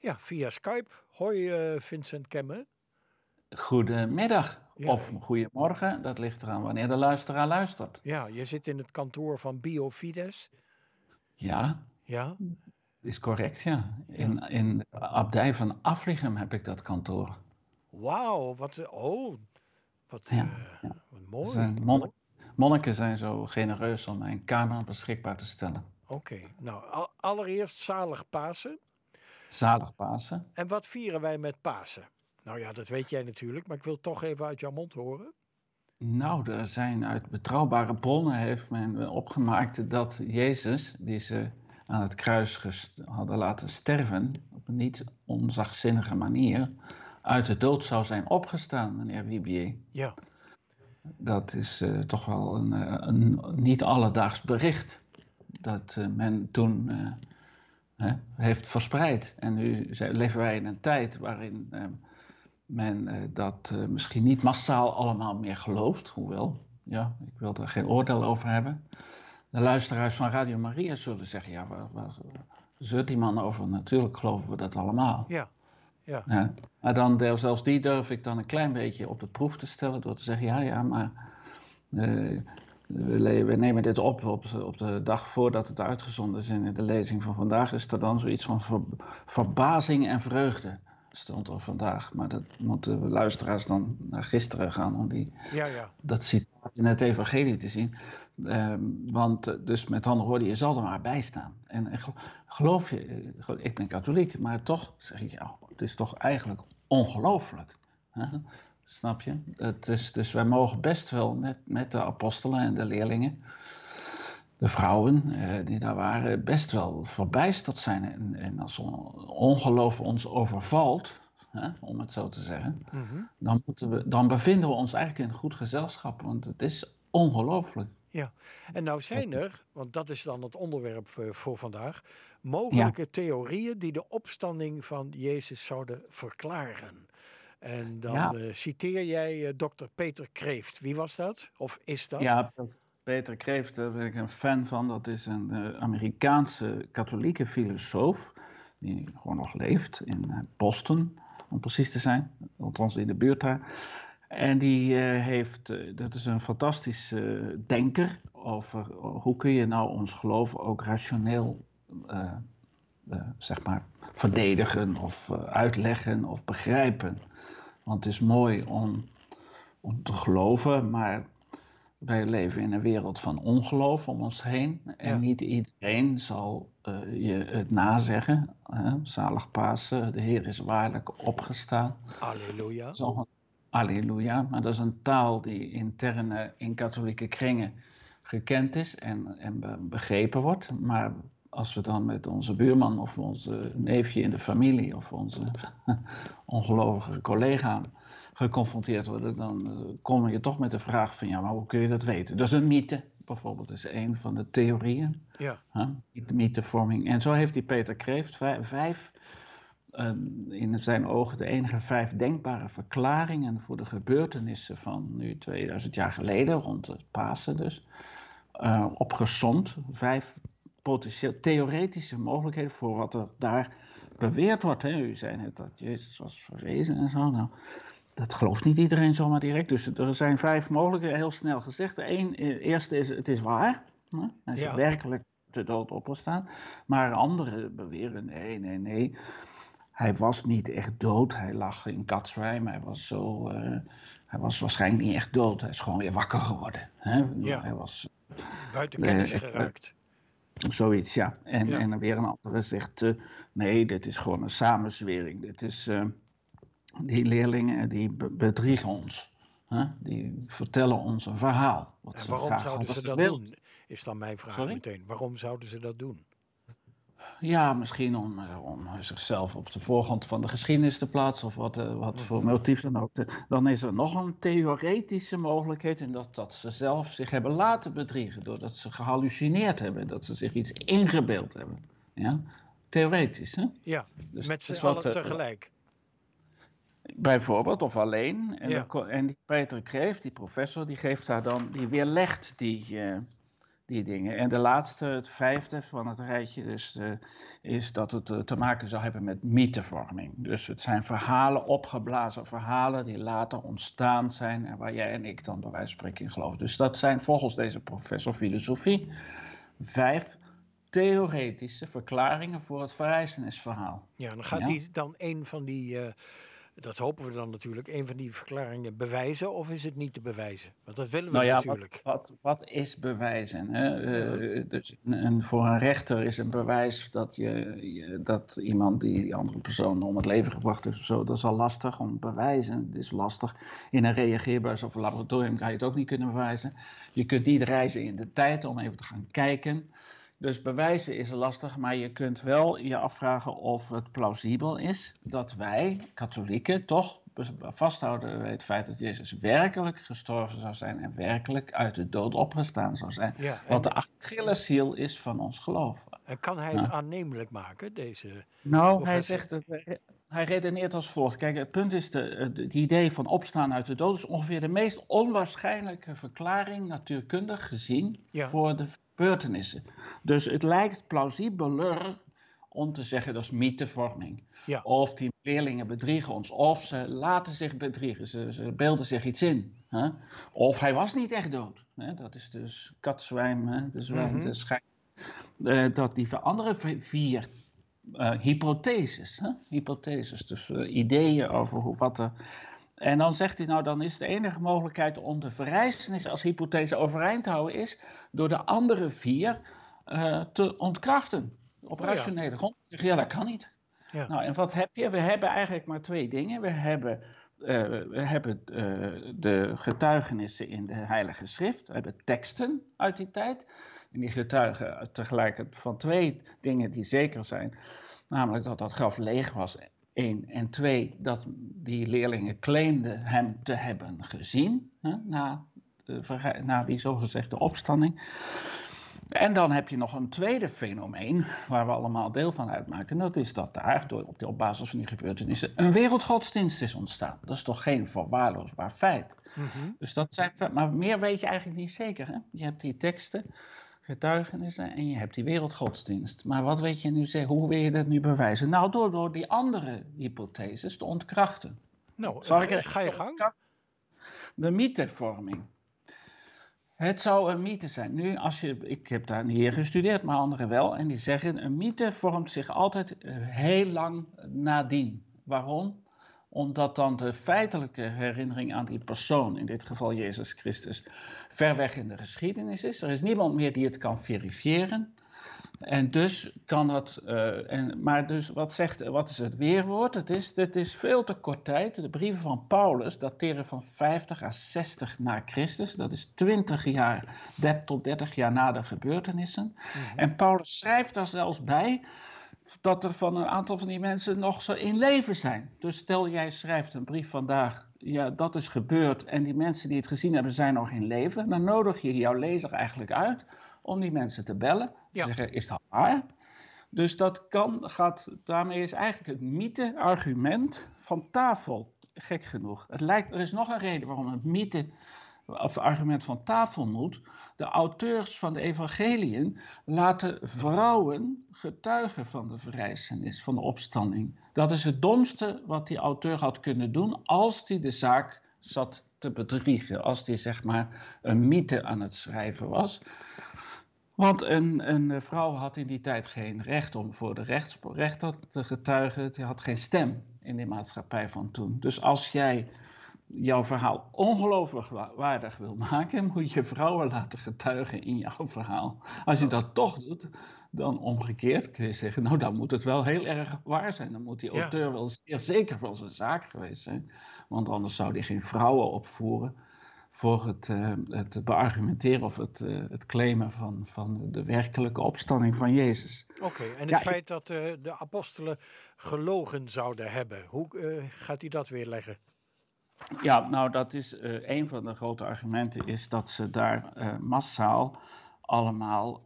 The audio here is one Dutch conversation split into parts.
Ja, via Skype. Hoi Vincent Kemme. Goedemiddag Ja, of goedemorgen, dat ligt eraan wanneer de luisteraar luistert. ja, je zit in het kantoor van Biofides. Ja, Ja, is correct, ja. ja. In de abdij van Affligem heb ik dat kantoor. Wauw, wat, Ja, ja. wat Dus, mooi. monniken zijn zo genereus om mijn kamer beschikbaar te stellen. Oké, nou allereerst zalig Pasen. Zalig Pasen. En wat vieren wij met Pasen? Nou ja, dat weet jij natuurlijk, maar ik wil het toch even uit jouw mond horen. Nou, er zijn uit betrouwbare bronnen heeft men opgemaakt dat Jezus, die ze aan het kruis hadden laten sterven, op een niet onzachtzinnige manier, uit de dood zou zijn opgestaan, meneer Wibier. Ja, Dat is toch wel een niet alledaags bericht dat men toen heeft verspreid. En nu leven wij in een tijd waarin men dat misschien niet massaal allemaal meer gelooft. Hoewel, ja, ik wil er geen oordeel over hebben. De luisteraars van Radio Maria zullen zeggen, ja, waar zeurt die man over? Natuurlijk geloven we dat allemaal. ja, ja. Ja. Maar dan, zelfs die durf ik dan een klein beetje op de proef te stellen door te zeggen, ja, maar we nemen dit op de dag voordat het uitgezonden is in de lezing van vandaag. Is er dan zoiets van verbazing en vreugde, stond er vandaag. Maar dat moeten de luisteraars dan naar gisteren gaan om Ja. dat citaat in het evangelie te zien. Want dus met andere woorden, je zal er maar bij staan. En geloof je, ik ben katholiek, maar toch zeg ik, ja, het is toch eigenlijk ongelooflijk. Hè? Snap je? Dus wij mogen best wel met de apostelen en de leerlingen, de vrouwen die daar waren, best wel verbijsterd zijn. En als ongeloof ons overvalt, om het zo te zeggen, dan bevinden we ons eigenlijk in goed gezelschap, want het is ongelooflijk. Ja, en nou zijn er, want dat is dan het onderwerp voor vandaag, mogelijke Ja. theorieën die de opstanding van Jezus zouden verklaren. En dan Ja. citeer jij dokter Peter Kreeft. Wie was dat? Of is dat? Ja, Peter Kreeft, daar ben ik een fan van. Dat is een Amerikaanse katholieke filosoof die gewoon nog leeft in Boston, om precies te zijn. Althans in de buurt daar. En die dat is een fantastische denker over hoe kun je nou ons geloof ook rationeel zeg maar verdedigen of uitleggen of begrijpen. Want het is mooi om te geloven, maar wij leven in een wereld van ongeloof om ons heen. En niet iedereen zal je het nazeggen. Zalig Pasen, de Heer is waarlijk opgestaan. Alleluia. Alleluia, maar dat is een taal die intern in katholieke kringen gekend is en begrepen wordt. Maar als we dan met onze buurman of onze neefje in de familie of onze ongelovige collega geconfronteerd worden, dan kom je toch met de vraag van, ja, maar hoe kun je dat weten? Dus een mythe bijvoorbeeld is een van de theorieën. Ja. De mythevorming. En zo heeft die Peter Kreeft vijf in zijn ogen de enige 5 denkbare verklaringen voor de gebeurtenissen van nu 2000 jaar geleden, rond het Pasen dus, opgesomd. 5 potentieel theoretische mogelijkheden voor wat er daar beweerd wordt. Hè. U zei net dat Jezus was verrezen en zo. Nou, dat gelooft niet iedereen zomaar direct. Dus er zijn 5 mogelijkheden, heel snel gezegd. De eerste is, het is waar. Hè. Hij is werkelijk de dood opgestaan. Maar anderen beweren, nee. Hij was niet echt dood. Hij lag in katsrijm. Hij was waarschijnlijk niet echt dood. Hij is gewoon weer wakker geworden. Hè? Ja. Hij was buiten kennis geraakt. Zoiets, ja. En dan weer een andere zegt, nee, dit is gewoon een samenzwering. Dit is, die leerlingen die bedriegen ons. Die vertellen ons een verhaal. En waarom zouden ze dat doen? Is dan mijn vraag meteen. Waarom zouden ze dat doen? Ja, misschien om zichzelf op de voorgrond van de geschiedenis te plaatsen of wat voor motief dan ook. Dan is er nog een theoretische mogelijkheid en dat ze zelf zich hebben laten bedriegen doordat ze gehallucineerd hebben, dat ze zich iets ingebeeld hebben. Ja? Theoretisch, hè? Ja, dus met z'n allen tegelijk. Bijvoorbeeld, of alleen. En die Peter Kreeft, die professor, die geeft daar dan, die weerlegt die die dingen. En de laatste, het vijfde van het rijtje, dus, is dat het te maken zou hebben met mythevorming. Dus het zijn verhalen, opgeblazen verhalen die later ontstaan zijn en waar jij en ik dan bij wijze van spreken in geloven. Dus dat zijn volgens deze professor filosofie 5 theoretische verklaringen voor het verrijzenisverhaal. Ja, dan gaat hij dan een van die, dat hopen we dan natuurlijk, een van die verklaringen bewijzen, of is het niet te bewijzen? Want dat willen we natuurlijk. Wat is bewijzen? Hè? Dus voor een rechter is een bewijs dat iemand die andere persoon om het leven gebracht is of zo, dat is al lastig om te bewijzen. Het is lastig. In een reageerbuis of een laboratorium kan je het ook niet kunnen bewijzen. Je kunt niet reizen in de tijd om even te gaan kijken. Dus bewijzen is lastig, maar je kunt wel je afvragen of het plausibel is dat wij, katholieken, toch vasthouden bij het feit dat Jezus werkelijk gestorven zou zijn en werkelijk uit de dood opgestaan zou zijn. Ja, wat de Achilleshiel is van ons geloof. En kan hij het aannemelijk maken, deze hij zegt het. Hij redeneert als volgt. Kijk, het punt is, het idee van opstaan uit de dood is ongeveer de meest onwaarschijnlijke verklaring, natuurkundig gezien, voor de gebeurtenissen. Dus het lijkt plausibeler om te zeggen dat is mythevorming. Ja. Of die leerlingen bedriegen ons, of ze laten zich bedriegen, ze beelden zich iets in. Hè? Of hij was niet echt dood. Hè? Dat is dus katzwijm, de zwijn, de schijn. Dat die andere 4 hypotheses, dus ideeën over wat er. En dan zegt hij, dan is de enige mogelijkheid om de verrijzenis als hypothese overeind te houden, is door de andere 4 te ontkrachten. Op rationele grond. Ja, dat kan niet. Ja. Nou, en wat heb je? We hebben eigenlijk maar 2 dingen. We hebben de getuigenissen in de Heilige Schrift. We hebben teksten uit die tijd. En die getuigen tegelijkertijd van 2 dingen die zeker zijn. Namelijk dat dat graf leeg was, 1. En 2, dat die leerlingen claimden hem te hebben gezien. Na die zogezegde opstanding. En dan heb je nog een tweede fenomeen, waar we allemaal deel van uitmaken. Dat is dat daar, op basis van die gebeurtenissen, een wereldgodsdienst is ontstaan. Dat is toch geen verwaarloosbaar feit. Dus dat zijn, maar meer weet je eigenlijk niet zeker. Hè? Je hebt die teksten, getuigenissen en je hebt die wereldgodsdienst. Maar wat weet je nu zeggen? Hoe wil je dat nu bewijzen? Nou, door die andere hypotheses te ontkrachten. Nou, ga je gang? De mythevorming. Het zou een mythe zijn. Nu, ik heb daar niet hier gestudeerd, maar anderen wel. En die zeggen, een mythe vormt zich altijd heel lang nadien. Waarom? Omdat dan de feitelijke herinnering aan die persoon, in dit geval Jezus Christus, ver weg in de geschiedenis is. Er is niemand meer die het kan verifiëren. En dus kan dat, maar dus wat is het weerwoord? Het is veel te kort tijd. De brieven van Paulus dateren van 50 à 60 na Christus. Dat is 20 jaar tot 30 jaar na de gebeurtenissen. En Paulus schrijft daar zelfs bij dat er van een aantal van die mensen nog zo in leven zijn. Dus stel jij schrijft een brief vandaag, ja, dat is gebeurd en die mensen die het gezien hebben zijn nog in leven. Dan nodig je jouw lezer eigenlijk uit om die mensen te bellen. Te zeggen, is dat waar? Dus daarmee is eigenlijk het mythe-argument van tafel. Gek genoeg. Er is nog een reden waarom het mythe-argument van tafel moet. De auteurs van de evangeliën laten vrouwen getuigen van de verrijzenis, van de opstanding. Dat is het domste wat die auteur had kunnen doen als hij de zaak zat te bedriegen. Als hij zeg maar een mythe aan het schrijven was. Want een vrouw had in die tijd geen recht om voor de rechter te getuigen. Die had geen stem in de maatschappij van toen. Dus als jij jouw verhaal ongeloofwaardig wil maken, moet je vrouwen laten getuigen in jouw verhaal. Als je dat toch doet, dan omgekeerd kun je zeggen, nou dan moet het wel heel erg waar zijn. Dan moet die auteur wel zeer zeker van zijn zaak geweest zijn. Want anders zou hij geen vrouwen opvoeren voor het beargumenteren of het claimen van de werkelijke opstanding van Jezus. Oké, en het feit dat de apostelen gelogen zouden hebben, hoe gaat hij dat weerleggen? Ja, nou dat is een van de grote argumenten is dat ze daar massaal allemaal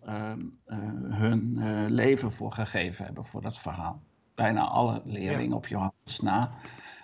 hun leven voor gegeven hebben voor dat verhaal. Bijna alle leerlingen op Johannes na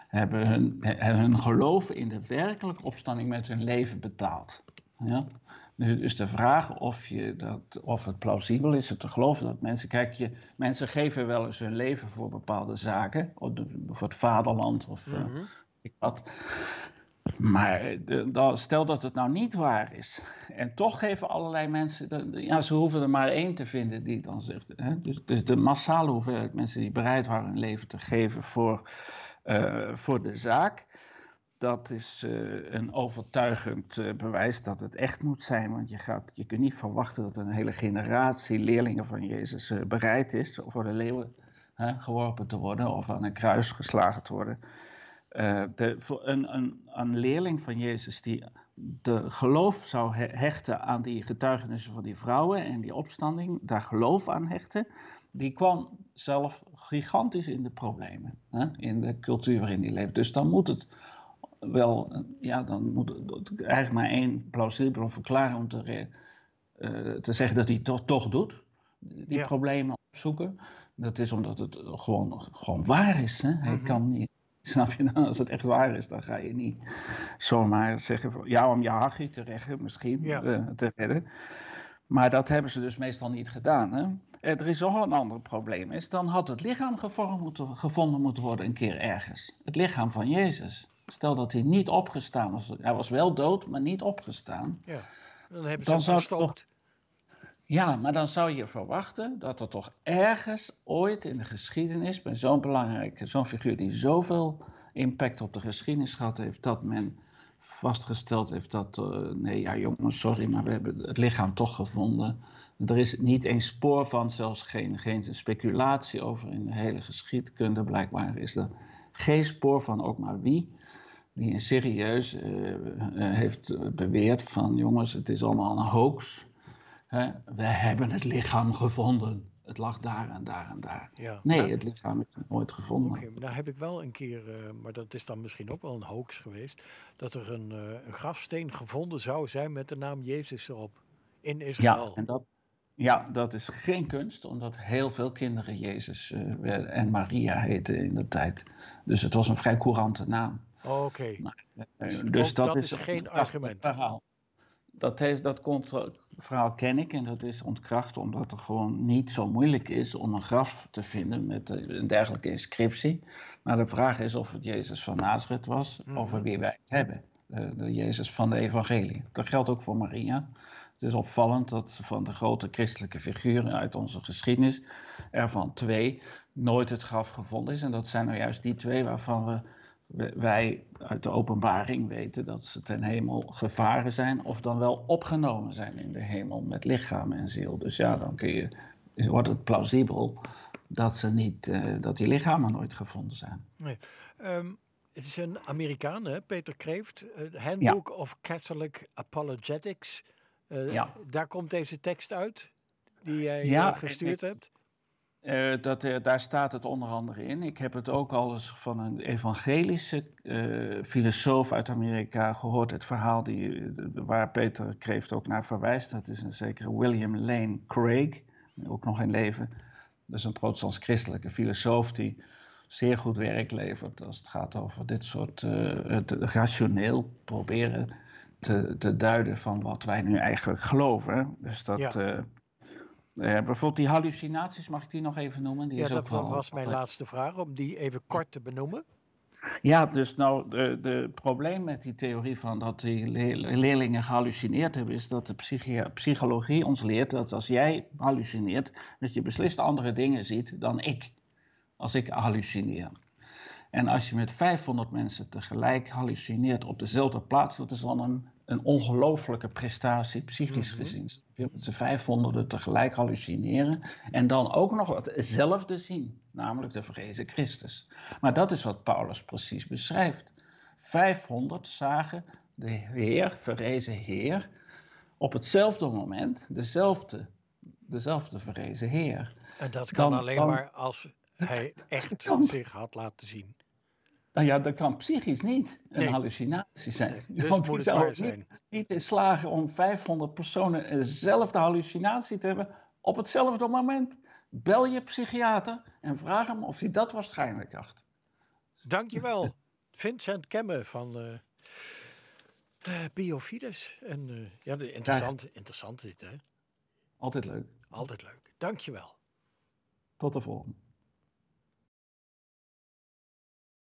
hebben hun geloof in de werkelijke opstanding met hun leven betaald. Ja? Dus de vraag of het plausibel is te geloven dat mensen geven wel eens hun leven voor bepaalde zaken, of voor het vaderland of wat. Maar stel dat het nou niet waar is. En toch geven allerlei mensen, ze hoeven er maar één te vinden die het dan zegt. Hè? Dus de massale hoeveelheid mensen die bereid waren hun leven te geven voor de zaak. Dat is een overtuigend bewijs dat het echt moet zijn. Want je kunt niet verwachten dat een hele generatie leerlingen van Jezus bereid is voor de leeuwen geworpen te worden of aan een kruis geslagen te worden. Een leerling van Jezus die de geloof zou hechten aan die getuigenissen van die vrouwen en die opstanding, daar geloof aan hechten, die kwam zelf gigantisch in de problemen, in de cultuur waarin die leeft. Dus dan moet het wel, dan moet het eigenlijk maar één plausibele verklaring om te zeggen dat hij het toch doet, die problemen opzoeken. Dat is omdat het gewoon waar is. Hè? Hij kan niet. Snap je dan? Als het echt waar is, dan ga je niet zomaar zeggen om je hachie te redden, misschien te redden. Maar dat hebben ze dus meestal niet gedaan. Hè? Er is nog een ander probleem. Dan had het lichaam gevonden moeten worden een keer ergens. Het lichaam van Jezus. Stel dat hij niet opgestaan was. Hij was wel dood, maar niet opgestaan. Ja, dan hebben ze hem verstopt. Ja, maar dan zou je verwachten dat er toch ergens ooit in de geschiedenis, bij zo'n figuur die zoveel impact op de geschiedenis gehad heeft, dat men vastgesteld heeft dat, jongens, sorry, maar we hebben het lichaam toch gevonden. Er is niet eens spoor van, zelfs geen speculatie over in de hele geschiedkunde. Blijkbaar is er geen spoor van, ook maar wie, die serieus heeft beweerd van, jongens, het is allemaal een hoax. We hebben het lichaam gevonden. Het lag daar en daar en daar. Ja. Nee, het lichaam is nooit gevonden. Oké, nou heb ik wel een keer, maar dat is dan misschien ook wel een hoax geweest, dat er een grafsteen gevonden zou zijn met de naam Jezus erop in Israël. Dat is geen kunst, omdat heel veel kinderen Jezus en Maria heten in de tijd. Dus het was een vrij courante naam. Oké. Dus dat is geen argument. Verhaal. Dat verhaal ken ik en dat is ontkracht omdat het gewoon niet zo moeilijk is om een graf te vinden met een dergelijke inscriptie. Maar de vraag is of het Jezus van Nazareth was, over wie wij het hebben. De Jezus van de evangelie. Dat geldt ook voor Maria. Het is opvallend dat van de grote christelijke figuren uit onze geschiedenis er van 2 nooit het graf gevonden is. En dat zijn nou juist die 2 waarvan wij uit de openbaring weten dat ze ten hemel gevaren zijn of dan wel opgenomen zijn in de hemel met lichaam en ziel. Dus dan wordt het plausibel dat die lichamen nooit gevonden zijn. Nee. Het is een Amerikaan, hè? Peter Kreeft, Handbook of Catholic Apologetics. Daar komt deze tekst uit die jij gestuurd hebt. Daar staat het onder andere in. Ik heb het ook al eens van een evangelische filosoof uit Amerika gehoord. Het verhaal waar Peter Kreeft ook naar verwijst. Dat is een zekere William Lane Craig, ook nog in leven. Dat is een protestants-christelijke filosoof die zeer goed werk levert als het gaat over dit soort het rationeel proberen te duiden van wat wij nu eigenlijk geloven. Dus dat... bijvoorbeeld die hallucinaties, mag ik die nog even noemen? Dat was mijn laatste vraag, om die even kort te benoemen. Ja, dus de probleem met die theorie van dat die leerlingen gehallucineerd hebben, is dat de psychologie ons leert dat als jij hallucineert, dat je beslist andere dingen ziet dan ik, als ik hallucineer. En als je met 500 mensen tegelijk hallucineert op dezelfde plaats, dat is dan een ongelofelijke prestatie, psychisch gezien. Met z'n 500 tegelijk hallucineren en dan ook nog hetzelfde zien, namelijk de verrezen Christus. Maar dat is wat Paulus precies beschrijft. 500 zagen de Heer, verrezen Heer, op hetzelfde moment, dezelfde verrezen Heer. En dat kan alleen maar als hij echt zich had laten zien. Nou ja, dat kan psychisch niet een hallucinatie zijn. Dus want moet het waar zijn. Niet in slagen om 500 personen dezelfde hallucinatie te hebben op hetzelfde moment. Bel je psychiater en vraag hem of hij dat waarschijnlijk acht. Dankjewel, Vincent Kemme van Biofides. En interessant dit, hè? Altijd leuk. Altijd leuk. Dankjewel. Tot de volgende.